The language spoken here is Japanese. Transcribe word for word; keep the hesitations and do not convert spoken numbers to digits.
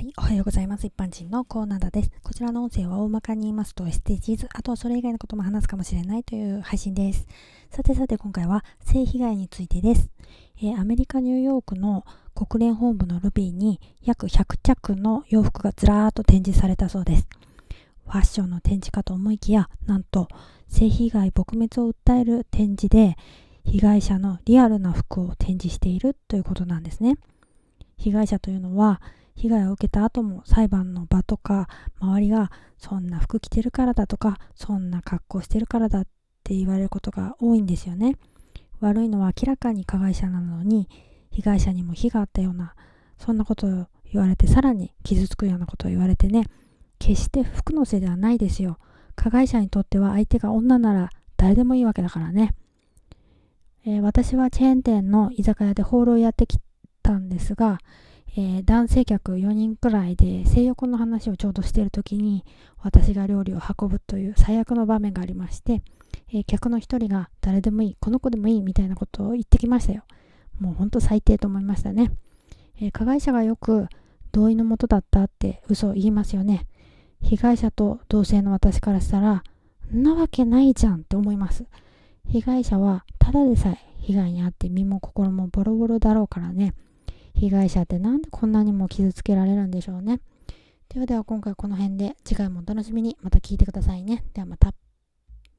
い、おはようございます。一般人のコーナーです。こちらの音声は大まかに言いますと エスディージーズ、あとはそれ以外のことも話すかもしれないという配信です。さてさて今回は性被害についてです。えー、アメリカ・ニューヨークの国連本部のロビーに約ひゃくちゃくの洋服がずらーっと展示されたそうです。ファッションの展示かと思いきや、なんと性被害撲滅を訴える展示で被害者のリアルな服を展示しているということなんですね。被害者というのは被害を受けた後も裁判の場とか周りがそんな服着てるからだとかそんな格好してるからだって言われることが多いんですよね。悪いのは明らかに加害者なのに被害者にも非があったようなそんなことを言われてさらに傷つくようなことを言われてね、決して服のせいではないですよ。加害者にとっては相手が女なら誰でもいいわけだからね。えー、私はチェーン店の居酒屋でホールをやってきたんですが、えー、男性客よにんくらいで性欲の話をちょうどしている時に私が料理を運ぶという最悪の場面がありまして、えー、客の一人が誰でもいい、この子でもいいみたいなことを言ってきましたよ。もうほんと最低と思いましたね。えー、加害者がよく同意のもとだったって嘘を言いますよね。被害者と同性の私からしたらんなわけないじゃんって思います。被害者はただでさえ被害に遭って身も心もボロボロだろうからね。被害者ってなんでこんなにも傷つけられるんでしょうね。ではでは今回この辺で、次回もお楽しみに。また聞いてくださいね。ではまた。